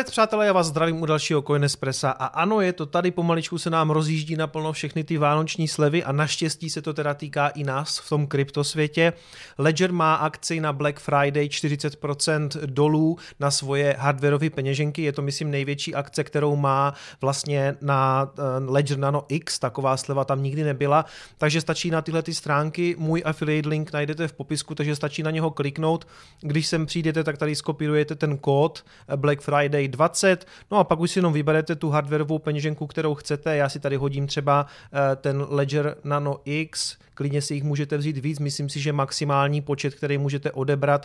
Nazdar, přátelé, já vás zdravím u dalšího Coinespressa a ano, je to tady, pomaličku se nám rozjíždí naplno všechny ty vánoční slevy a naštěstí se to teda týká i nás v tom kryptosvětě. Ledger má akci na Black Friday 40% dolů na svoje hardwareové peněženky, je to myslím největší akce, kterou má vlastně na Ledger Nano X, taková sleva tam nikdy nebyla, takže stačí na tyhle ty stránky, můj affiliate link najdete v popisku, takže stačí na něho kliknout, když sem přijdete, tak tady skopírujete ten kód Black Friday 20, no a pak už si jenom vyberete tu hardwareovou peněženku, kterou chcete, já si tady hodím třeba ten Ledger Nano X, klidně si jich můžete vzít víc, myslím si, že maximální počet, který můžete odebrat,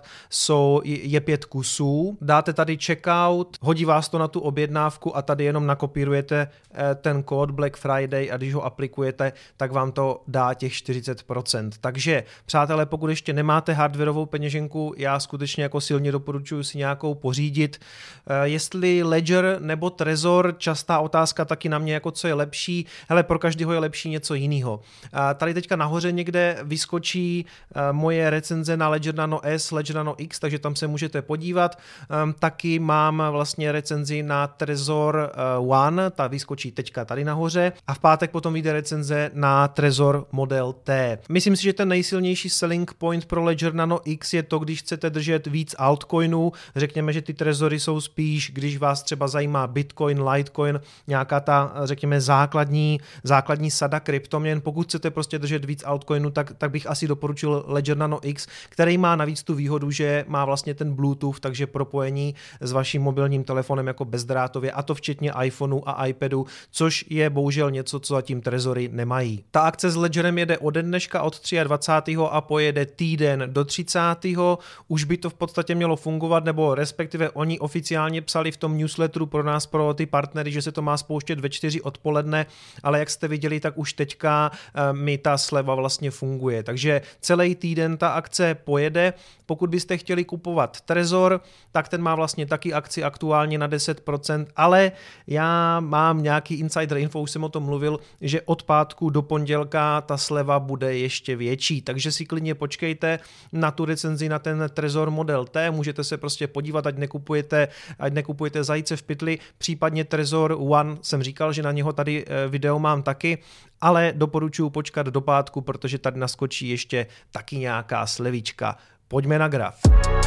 je 5 kusů. Dáte tady checkout, hodí vás to na tu objednávku a tady jenom nakopírujete ten kód Black Friday a když ho aplikujete, tak vám to dá těch 40%. Takže, přátelé, pokud ještě nemáte hardwareovou peněženku, já skutečně jako silně doporučuji si nějakou pořídit. Jestli Ledger nebo Trezor, častá otázka taky na mě, jako co je lepší. Hele, pro každého je lepší něco jiného. Tady teďka nahoře někde vyskočí moje recenze na Ledger Nano S, Ledger Nano X, takže tam se můžete podívat. Taky mám vlastně recenzi na Trezor One, ta vyskočí teďka tady nahoře a v pátek potom vyjde recenze na Trezor Model T. Myslím si, že ten nejsilnější selling point pro Ledger Nano X je to, když chcete držet víc altcoinů. Řekněme, že ty trezory jsou spíš, když vás třeba zajímá Bitcoin, Litecoin, nějaká ta, řekněme, základní sada kryptoměn. Pokud chcete prostě držet víc altcoinů, tak bych asi doporučil Ledger Nano X, který má navíc tu výhodu, že má vlastně ten Bluetooth, takže propojení s vaším mobilním telefonem jako bezdrátově, a to včetně iPhoneu a iPadu, což je bohužel něco, co zatím trezory nemají. Ta akce s Ledgerem jede ode dneška od 23. a pojede týden do 30. Už by to v podstatě mělo fungovat, nebo respektive oni oficiálně psali v tom newsletteru pro nás, pro ty partnery, že se to má spouštět ve 4 odpoledne, ale jak jste viděli, tak už teďka mi ta sleva vlastně funguje. Takže celý týden ta akce pojede. Pokud byste chtěli kupovat Trezor, tak ten má vlastně taky akci aktuálně na 10%, ale já mám nějaký insider info, už jsem o tom mluvil, že od pátku do pondělka ta sleva bude ještě větší, takže si klidně počkejte na tu recenzi na ten Trezor Model T, můžete se prostě podívat, ať nekupujete zajíce v pytli, případně Trezor One, jsem říkal, že na něho tady video mám taky, ale doporučuji počkat do pátku, protože tady naskočí ještě taky nějaká slevička. Pojďme na graf.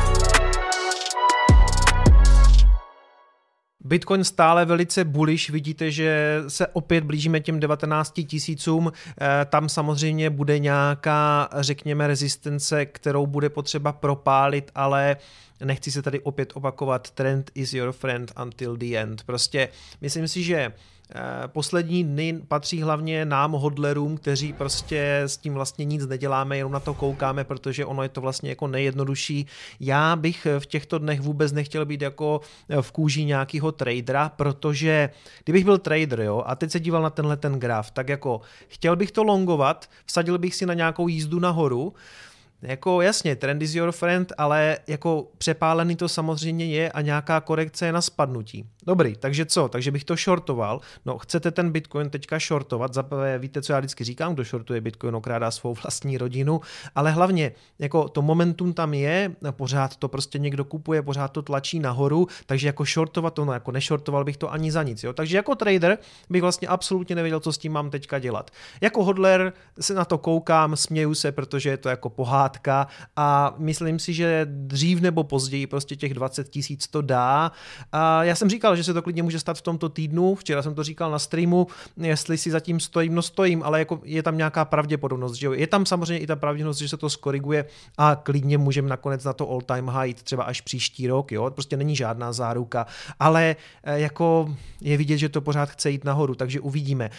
Bitcoin stále velice bullish, vidíte, že se opět blížíme těm 19 000, tam samozřejmě bude nějaká, řekněme, rezistence, kterou bude potřeba propálit, ale nechci se tady opět opakovat, trend is your friend until the end. Prostě myslím si, že poslední dny patří hlavně nám hodlerům, kteří prostě s tím vlastně nic neděláme, jenom na to koukáme, protože ono je to vlastně jako nejjednodušší. Já bych v těchto dnech vůbec nechtěl být jako v kůži nějakého tradera, protože kdybych byl trader, jo, a teď se díval na tenhle ten graf, tak jako chtěl bych to longovat, vsadil bych si na nějakou jízdu nahoru. Jako jasně, trend is your friend, ale jako přepálený to samozřejmě je a nějaká korekce je na spadnutí. Dobrý, takže co? Takže bych to shortoval. No, chcete ten Bitcoin teďka shortovat, zaprvé víte, co já vždycky říkám, kdo shortuje Bitcoin, okrádá svou vlastní rodinu, ale hlavně jako to momentum tam je, pořád to prostě někdo kupuje, pořád to tlačí nahoru, takže jako shortovat to, no jako neshortoval bych to ani za nic, jo. Takže jako trader bych vlastně absolutně nevěděl, co s tím mám teďka dělat. Jako hodler se na to koukám, směju se, protože je to jako pohádka a myslím si, že dřív nebo později prostě těch 20 000 to dá. A já jsem říkal, že se to klidně může stát v tomto týdnu, včera jsem to říkal na streamu, jestli si zatím stojím, no stojím, ale jako je tam nějaká pravděpodobnost, že jo. Je tam samozřejmě i ta pravděpodobnost, že se to skoriguje a klidně můžeme nakonec na to all time high jít třeba až příští rok, jo. Prostě není žádná záruka, ale jako je vidět, že to pořád chce jít nahoru, takže uvidíme.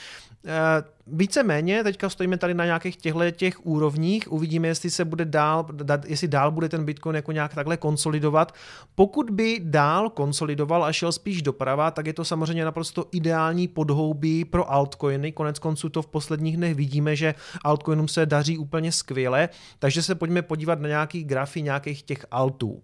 Víceméně, teďka stojíme tady na nějakých těch úrovních, uvidíme, jestli se bude jestli dál bude ten Bitcoin jako nějak takhle konsolidovat. Pokud by dál konsolidoval a šel spíš doprava, tak je to samozřejmě naprosto ideální podhoubí pro altcoiny. Konec konců to v posledních dnech vidíme, že altcoinům se daří úplně skvěle, takže se pojďme podívat na nějaký grafy nějakých těch altů.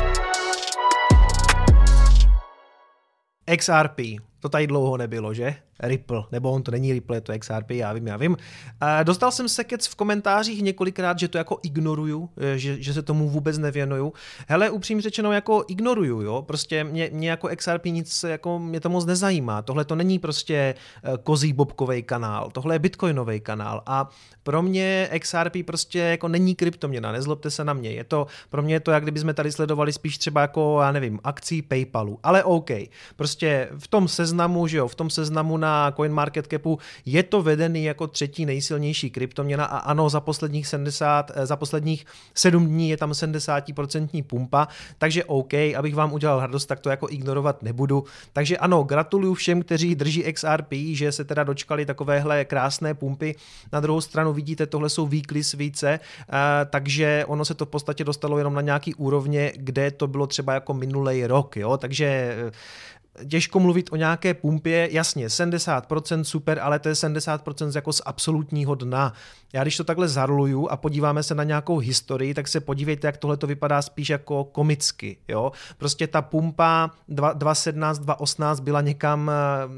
XRP, to tady dlouho nebylo, že? Ripple, nebo on to není Ripple, je to XRP, já vím. Dostal jsem se v komentářích několikrát, že to jako ignoruju, že se tomu vůbec nevěnuju. Hele, upřímně řečeno, jako ignoruju, jo, prostě mě jako XRP nic, jako mě to moc nezajímá. Tohle to není prostě kozí bobkovej kanál, tohle je bitcoinový kanál a pro mě XRP prostě jako není kryptoměna, nezlobte se na mě. Pro mě je to, jak kdyby jsme tady sledovali spíš třeba jako, já nevím, akcí PayPalu, ale OK. Prostě v tom seznamu, že jo, v tom seznamu na CoinMarketCapu je to vedený jako třetí nejsilnější kryptoměna a ano, za posledních 7 dní je tam 70% pumpa, takže OK, abych vám udělal radost, tak to jako ignorovat nebudu. Takže ano, gratuluju všem, kteří drží XRP, že se teda dočkali takovéhle krásné pumpy. Na druhou stranu vidíte, tohle jsou weekly svíce, takže ono se to v podstatě dostalo jenom na nějaký úrovně, kde to bylo třeba jako minulý rok, jo, takže těžko mluvit o nějaké pumpě, jasně, 70% super, ale to je 70% jako z absolutního dna. Já když to takhle zaroluju a podíváme se na nějakou historii, tak se podívejte, jak tohle to vypadá spíš jako komicky, jo. Prostě ta pumpa 2017, 2018 byla někam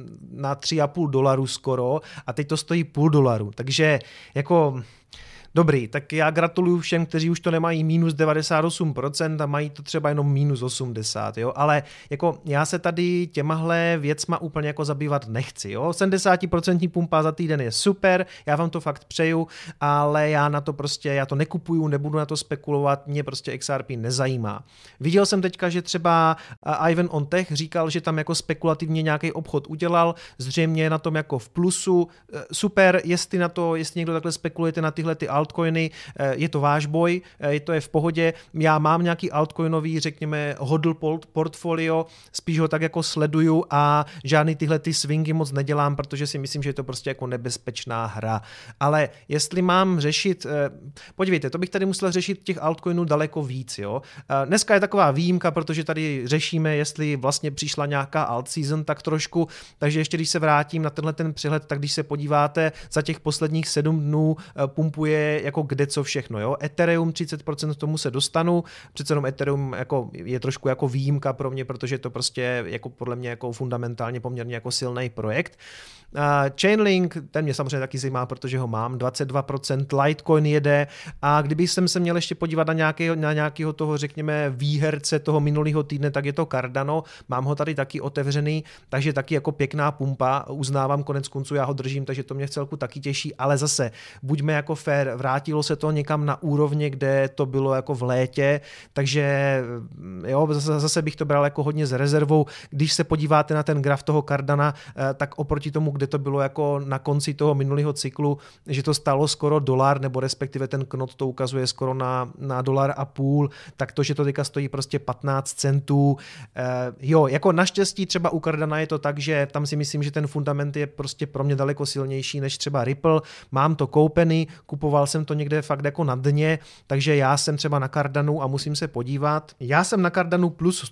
na $3,5 skoro a teď to stojí $0,5, takže jako... Dobrý, tak já gratuluju všem, kteří už to nemají minus 98% a mají to třeba jenom minus 80%, jo, ale jako já se tady těmahle věcma úplně jako zabývat nechci, jo, 70% pumpa za týden je super, já vám to fakt přeju, ale já na to prostě, já to nekupuju, nebudu na to spekulovat, mě prostě XRP nezajímá. Viděl jsem teďka, že třeba Ivan on Tech říkal, že tam jako spekulativně nějaký obchod udělal, zřejmě na tom jako v plusu, super, jestli někdo takhle spekulujete na tyhle ty altcoiny, je to váš boj, to je v pohodě. Já mám nějaký altcoinový, řekněme, hodl portfolio, spíš ho tak jako sleduju a žádný tyhle ty swingy moc nedělám, protože si myslím, že je to prostě jako nebezpečná hra. Ale jestli mám řešit, podívejte, to bych tady musel řešit těch altcoinů daleko víc, jo. Dneska je taková výjimka, protože tady řešíme, jestli vlastně přišla nějaká alt season tak trošku, takže ještě když se vrátím na tenhle ten přehled, tak když se podíváte, za těch posledních 7 dnů pumpuje jako kde co všechno, jo. Ethereum 30%, k tomu se dostanu, přece jenom Ethereum jako je trošku jako výjimka pro mě, protože to prostě jako podle mě jako fundamentálně poměrně jako silný projekt. Chainlink, ten mě samozřejmě taky zajímá, protože ho mám, 22%, Litecoin jede a kdybych jsem se měl ještě podívat na nějakého toho, řekněme, výherce toho minulého týdne, tak je to Cardano, mám ho tady taky otevřený, takže taky jako pěkná pumpa, uznávám, konec konců já ho držím, takže to mě v celku taky těší, ale zase, buďme jako fair, vrátilo se to někam na úrovně, kde to bylo jako v létě, takže jo, zase bych to bral jako hodně s rezervou, když se podíváte na ten graf toho Cardana, tak oproti tomu, kde to bylo jako na konci toho minulého cyklu, že to stálo skoro $1, nebo respektive ten knot to ukazuje skoro na $1,50, tak to, že to teďka stojí prostě 15 centů. Jo, jako naštěstí třeba u Cardana je to tak, že tam si myslím, že ten fundament je prostě pro mě daleko silnější než třeba Ripple. Mám to koupený, kupoval jsem to někde fakt jako na dně, takže já jsem třeba na Cardanu a musím se podívat. Já jsem na Cardanu plus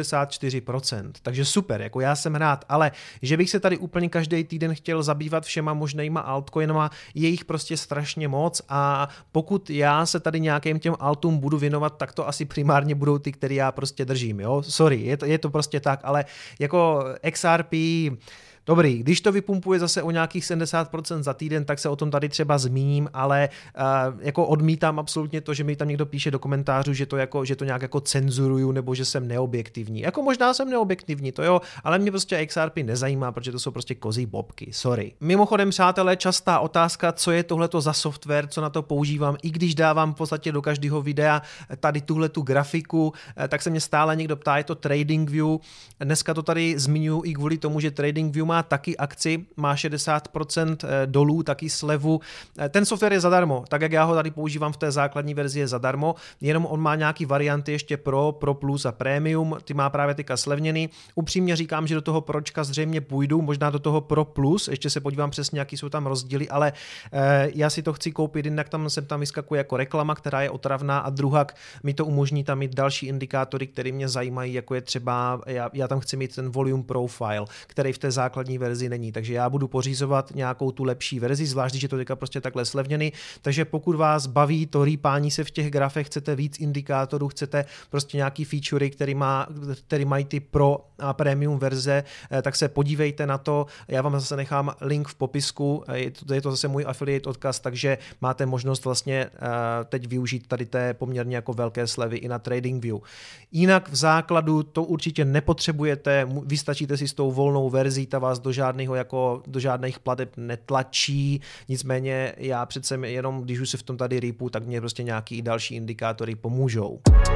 184%, takže super, jako já jsem rád, ale že bych se tady úplně každý týden chtěl zabývat všema možnýma altcoinama, je jich prostě strašně moc a pokud já se tady nějakým těm altům budu věnovat, tak to asi primárně budou ty, které já prostě držím, jo, sorry, je to prostě tak, ale jako XRP, dobrý, když to vypumpuje zase o nějakých 70% za týden, tak se o tom tady třeba zmíním, ale jako odmítám absolutně to, že mi tam někdo píše do komentářů, že to nějak jako cenzuruju nebo že jsem neobjektivní. Jako možná jsem neobjektivní, to jo, ale mě prostě XRP nezajímá, protože to jsou prostě kozí bobky, sorry. Mimochodem, přátelé, častá otázka, co je tohleto za software, co na to používám, i když dávám v podstatě do každého videa tady tuhletu grafiku, tak se mě stále někdo ptá, je to TradingView. Dneska to tady zmiňuji i kvůli tomu, že TradingView má taky akci, má 60% dolů, taky slevu. Ten software je zadarmo, tak jak já ho tady používám v té základní verzi je zadarmo, jenom on má nějaký varianty ještě Pro Plus a Premium, ty má právě teďka slevněný. Upřímně říkám, že do toho Pročka zřejmě půjdu, možná do toho Pro Plus, ještě se podívám přesně, jaký jsou tam rozdíly, ale já si to chci koupit, jinak tam vyskakuje jako reklama, která je otravná a druhak mi to umožní tam mít další indikátory, které mě zajímají, jako je třeba, já tam chci mít ten volume profile, který v té základní základní verzi není. Takže já budu pořizovat nějakou tu lepší verzi, zvlášť když je to teďka prostě takhle slevněný. Takže pokud vás baví to rýpání se v těch grafech, chcete víc indikátorů, chcete prostě nějaký featurey, který mají ty pro a premium verze, tak se podívejte na to. Já vám zase nechám link v popisku, je to zase můj affiliate odkaz, takže máte možnost vlastně teď využít tady té poměrně jako velké slevy i na TradingView. Jinak v základu to určitě nepotřebujete, vystačíte si s tou volnou verzí, ta vás do žádných plateb netlačí, nicméně já přece jenom, když už se v tom tady rýpu, tak mě prostě nějaký další indikátory pomůžou.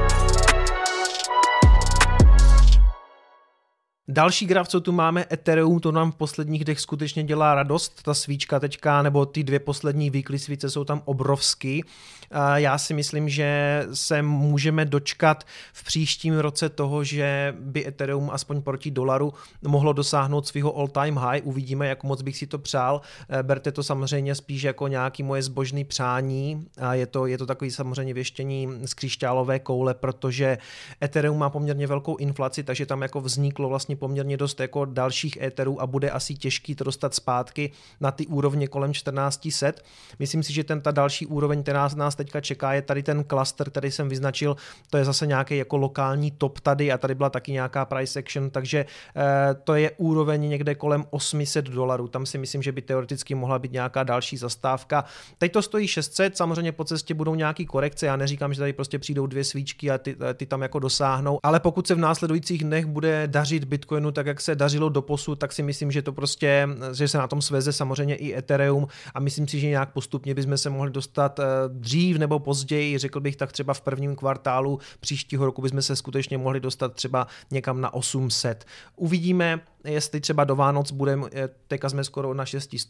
Další graf, co tu máme, Ethereum, to nám v posledních dnech skutečně dělá radost. Ta svíčka teďka, nebo ty dvě poslední weekly svíce jsou tam obrovský. Já si myslím, že se můžeme dočkat v příštím roce toho, že by Ethereum aspoň proti dolaru mohlo dosáhnout svého all-time high. Uvidíme, jak moc bych si to přál. Berte to samozřejmě spíš jako nějaký moje zbožný přání. Je to takový samozřejmě věštění z křišťálové koule, protože Ethereum má poměrně velkou inflaci, takže tam jako vzniklo vlastně poměrně dost jako dalších Etherů a bude asi těžký to dostat zpátky na ty úrovně kolem 1400. Myslím si, že ta další úroveň, která nás teďka čeká, je tady ten cluster, který jsem vyznačil, to je zase nějaký jako lokální top tady a tady byla taky nějaká price action, takže to je úroveň někde kolem $800. Tam si myslím, že by teoreticky mohla být nějaká další zastávka. Teď to stojí 600, samozřejmě po cestě budou nějaký korekce, já neříkám, že tady prostě přijdou dvě svíčky a ty tam jako dosáhnou, ale pokud se v následujících dnech bude dařit Bitcoinu tak, jak se dařilo doposud, tak si myslím, že to prostě, že se na tom sveze samozřejmě i Ethereum a myslím si, že nějak postupně bychom se mohli dostat dřív nebo později, řekl bych tak třeba v prvním kvartálu příštího roku bychom se skutečně mohli dostat třeba někam na 800. Uvidíme, jestli třeba do Vánoc budeme, teďka jsme skoro na 600.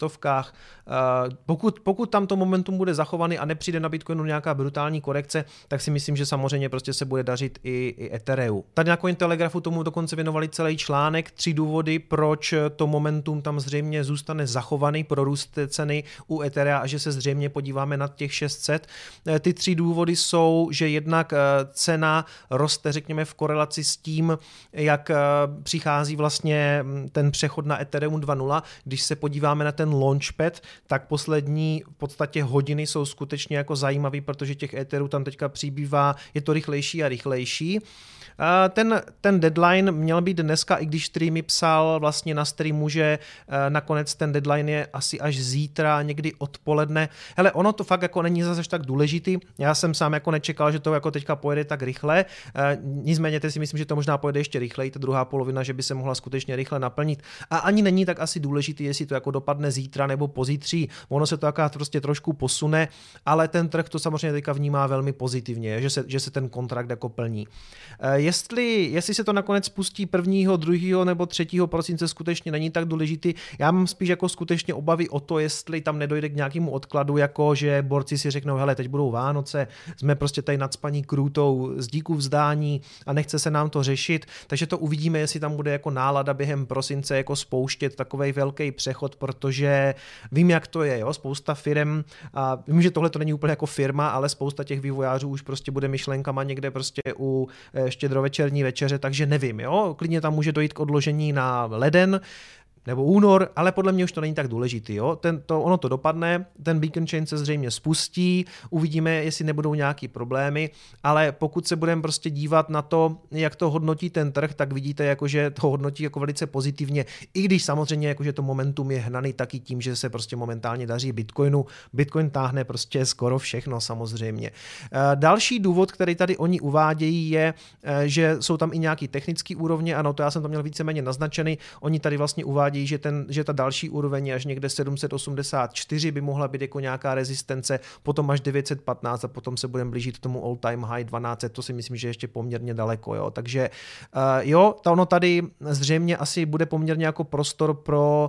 Pokud tam to momentum bude zachovaný a nepřijde na Bitcoinu nějaká brutální korekce, tak si myslím, že samozřejmě prostě se bude dařit i Ethereum. Tady na Cointelegrafu tomu dokonce věnovali celý článek, 3 důvody, proč to momentum tam zřejmě zůstane zachovaný pro růst ceny u Etherea a že se zřejmě podíváme na těch 600. Ty 3 důvody jsou, že jednak cena roste, řekněme, v korelaci s tím, jak přichází vlastně ten přechod na Ethereum 2.0. Když se podíváme na ten launchpad, tak poslední v podstatě hodiny jsou skutečně jako zajímavý, protože těch Etherů tam teďka přibývá, je to rychlejší a rychlejší. Ten deadline měl být dneska, i když Streamy psal vlastně na streamu, že nakonec ten deadline je asi až zítra, někdy odpoledne. Hele, ono to fakt jako není zase tak důležitý. Já jsem sám jako nečekal, že to jako teďka pojede tak rychle. Nicméně teď si myslím, že to možná pojede ještě rychleji, ta druhá polovina, že by se mohla skutečně rychle naplnit. A ani není tak asi důležitý, jestli to jako dopadne zítra nebo pozítří. Ono se to jako prostě trošku posune, ale ten trh to samozřejmě teďka vnímá velmi pozitivně, že se ten kontrakt jako plní. Jestli se to nakonec pustí 1., 2. nebo 3. prosince, skutečně není tak důležitý. Já mám spíš jako skutečně obavy o to, jestli tam nedojde k nějakému odkladu, jako že borci si řeknou, hele, teď budou Vánoce, jsme prostě tady nadspaní krůtou z díku vzdání a nechce se nám to řešit, takže to uvidíme, jestli tam bude jako nálada během prosince jako spouštět takovej velký přechod, protože vím, jak to je, jo? Spousta firem a vím, že tohle to není úplně jako firma, ale spousta těch vývojářů už prostě bude myšlenkama někde prostě u štědrovečerní večeře, takže nevím, jo, klidně tam může dojít k odložení na leden nebo únor, ale podle mě už to není tak důležitý. Jo? Ono to dopadne, ten beacon chain se zřejmě spustí, uvidíme, jestli nebudou nějaký problémy, ale pokud se budeme prostě dívat na to, jak to hodnotí ten trh, tak vidíte, jakože to hodnotí jako velice pozitivně, i když samozřejmě jakože to momentum je hnaný taky tím, že se prostě momentálně daří Bitcoinu. Bitcoin táhne prostě skoro všechno samozřejmě. Další důvod, který tady oni uvádějí, je, že jsou tam i nějaký technický úrovně, ano, to já jsem to měl víceméně naznačený, oni tady vlastně uvádějí, že ta další úroveň je až někde 784 by mohla být jako nějaká rezistence, potom až 915 a potom se budeme blížit k tomu all time high 12, to si myslím, že ještě poměrně daleko, jo. Takže ono tady zřejmě asi bude poměrně jako prostor pro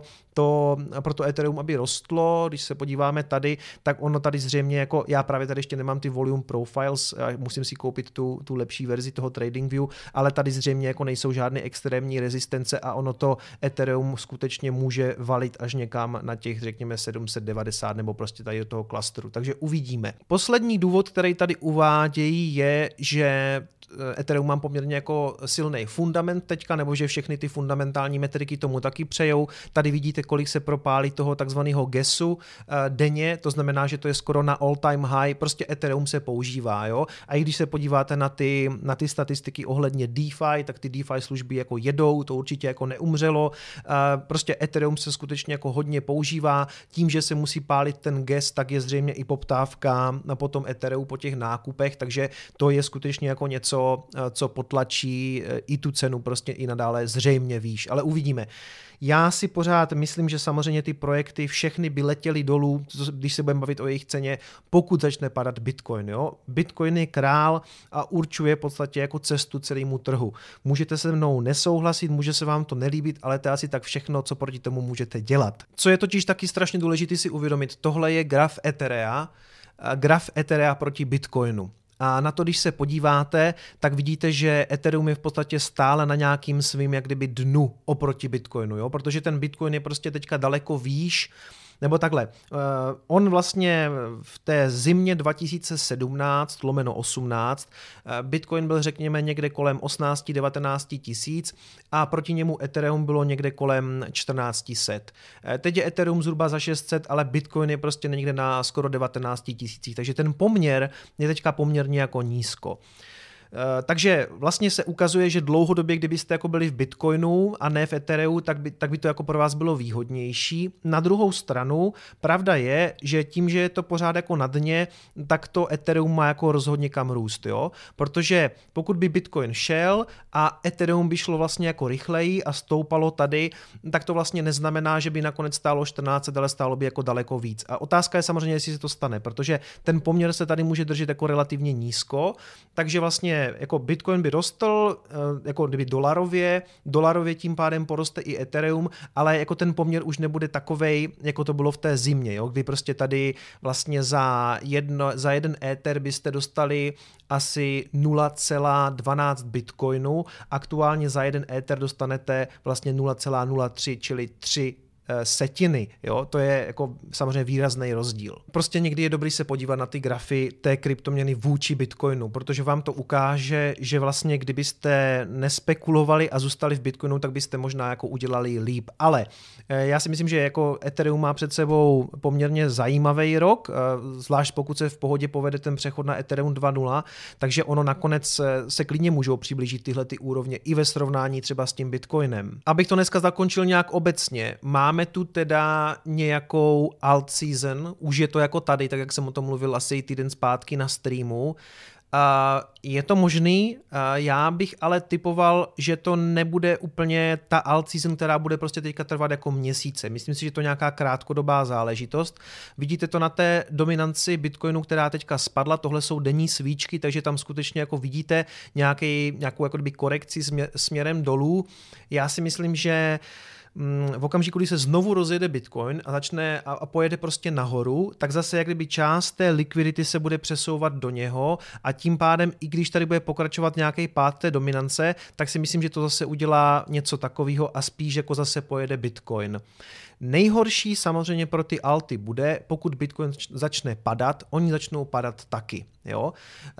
to Ethereum, aby rostlo. Když se podíváme tady, tak ono tady zřejmě jako, já právě tady ještě nemám ty volume profiles, musím si koupit tu lepší verzi toho TradingView, ale tady zřejmě jako nejsou žádné extrémní rezistence a ono to Ethereum skutečně skutečně může valit až někam na těch, řekněme, 790 nebo prostě tady do toho klastru. Takže uvidíme. Poslední důvod, který tady uvádějí, je, že Ethereum má poměrně jako silný fundament teďka, nebo že všechny ty fundamentální metriky tomu taky přejou. Tady vidíte, kolik se propálí toho takzvaného gasu denně, to znamená, že to je skoro na all time high, prostě Ethereum se používá, jo. A i když se podíváte na ty statistiky ohledně DeFi, tak ty DeFi služby jako jedou, to určitě jako neumřelo. Prostě Ethereum se skutečně jako hodně používá, tím, že se musí pálit ten gas, tak je zřejmě i poptávka na potom Ethereum po těch nákupech, takže to je skutečně jako něco, co potlačí i tu cenu prostě i nadále zřejmě výš, ale uvidíme. Já si pořád myslím, že samozřejmě ty projekty všechny by letěly dolů, když se budeme bavit o jejich ceně, pokud začne padat Bitcoin. Jo? Bitcoin je král a určuje v podstatě jako cestu celému trhu. Můžete se mnou nesouhlasit, může se vám to nelíbit, ale to je asi tak všechno, co proti tomu můžete dělat. Co je totiž taky strašně důležité si uvědomit, tohle je graf Etherea proti Bitcoinu. A na to, když se podíváte, tak vidíte, že Ethereum je v podstatě stále na nějakým svým jak kdyby dnu oproti Bitcoinu, jo? Protože ten Bitcoin je prostě teďka daleko výš, nebo takhle, on vlastně v té zimě 2017/18 Bitcoin byl řekněme někde kolem 18-19 tisíc a proti němu Ethereum bylo někde kolem 1400. Teď je Ethereum zhruba za 600, ale Bitcoin je prostě někde na skoro 19 tisících, takže ten poměr je teďka poměrně jako nízko. Takže vlastně se ukazuje, že dlouhodobě, kdybyste jako byli v Bitcoinu a ne v Ethereu, tak by to jako pro vás bylo výhodnější. Na druhou stranu, pravda je, že tím, že je to pořád jako na dně, tak to Ethereum má jako rozhodně kam růst, jo? Protože pokud by Bitcoin šel a Ethereum by šlo vlastně jako rychleji a stoupalo tady, tak to vlastně neznamená, že by nakonec stálo 14, ale stálo by jako daleko víc. A otázka je samozřejmě, jestli se to stane, protože ten poměr se tady může držet jako relativně nízko, takže vlastně jako Bitcoin by rostl, jako kdyby dolarově tím pádem poroste i Ethereum, ale jako ten poměr už nebude takovej, jako to bylo v té zimě, jo, kdy prostě tady vlastně za jeden Ether byste dostali asi 0,12 Bitcoinu, aktuálně za jeden Ether dostanete vlastně 0,03, čili 3 setiny, jo, to je jako samozřejmě výrazný rozdíl. Prostě někdy je dobrý se podívat na ty grafy té kryptoměny vůči Bitcoinu, protože vám to ukáže, že vlastně kdybyste nespekulovali a zůstali v Bitcoinu, tak byste možná jako udělali líp, ale já si myslím, že jako Ethereum má před sebou poměrně zajímavý rok, zvlášť pokud se v pohodě povede ten přechod na Ethereum 2.0, takže ono nakonec se klidně můžou přiblížit tyhle ty úrovně i ve srovnání třeba s tím Bitcoinem. Abych to dneska zakončil nějak obecně, máme tu teda nějakou alt season, už je to jako tady, tak jak jsem o tom mluvil asi týden zpátky na streamu. Je to možný, já bych ale typoval, že to nebude úplně ta alt season, která bude prostě teďka trvat jako měsíce. Myslím si, že to je nějaká krátkodobá záležitost. Vidíte to na té dominanci Bitcoinu, která teďka spadla, tohle jsou denní svíčky, takže tam skutečně jako vidíte nějakou jako kdyby korekci směrem dolů. Já si myslím, že v okamžiku, kdy se znovu rozjede Bitcoin a začne a pojede prostě nahoru, tak zase jak kdyby část té likvidity se bude přesouvat do něho a tím pádem, i když tady bude pokračovat nějaký pád té dominance, tak si myslím, že to zase udělá něco takového a spíš jako zase pojede Bitcoin. Nejhorší samozřejmě pro ty alty bude, pokud Bitcoin začne padat, oni začnou padat taky, jo.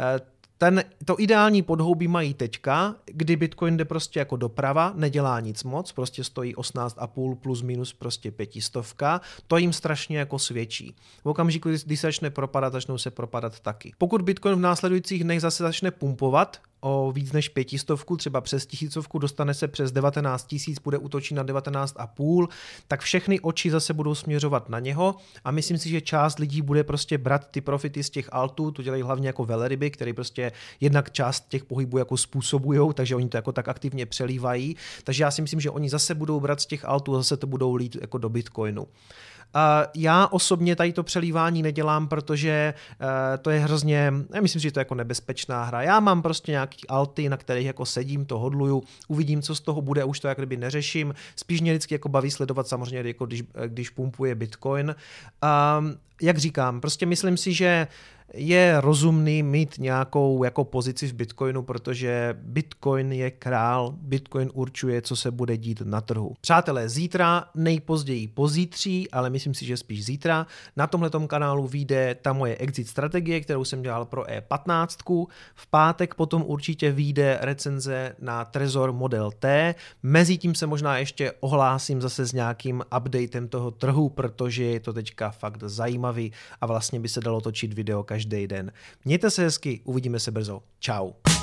To ideální podhoubí mají teďka, kdy Bitcoin jde prostě jako doprava, nedělá nic moc, prostě stojí 18,5 plus minus prostě 500, to jim strašně jako svědčí. V okamžiku, kdy se začne propadat, začnou se propadat taky. Pokud Bitcoin v následujících dnech zase začne pumpovat o víc než 500, třeba přes 1000, dostane se přes 19 000, bude útočit na 19,5, tak všechny oči zase budou směřovat na něho a myslím si, že část lidí bude prostě brát ty profity z těch altů, to dělají hlavně jako velryby, který prostě jednak část těch pohybů jako způsobujou, takže oni to jako tak aktivně přelívají, takže já si myslím, že oni zase budou brát z těch altů a zase to budou lít jako do Bitcoinu. Já osobně tady to přelívání nedělám, protože to je hrozně, já myslím, že to je jako nebezpečná hra. Já mám prostě nějaký alty, na kterých jako sedím, to hodluju, uvidím, co z toho bude, už to jak kdyby neřeším. Spíš mě vždycky jako baví sledovat samozřejmě, jako když pumpuje Bitcoin. Jak říkám, prostě myslím si, že je rozumný mít nějakou jako pozici v Bitcoinu, protože Bitcoin je král, Bitcoin určuje, co se bude dít na trhu. Přátelé, zítra, nejpozději pozítří, ale myslím si, že spíš zítra, na tomhletom kanálu vyjde ta moje exit strategie, kterou jsem dělal pro E15. V pátek potom určitě vyjde recenze na Trezor Model T. Mezitím se možná ještě ohlásím zase s nějakým updatem toho trhu, protože je to teďka fakt zajímavý a vlastně by se dalo točit video každý den. Mějte se hezky, uvidíme se brzo. Čau.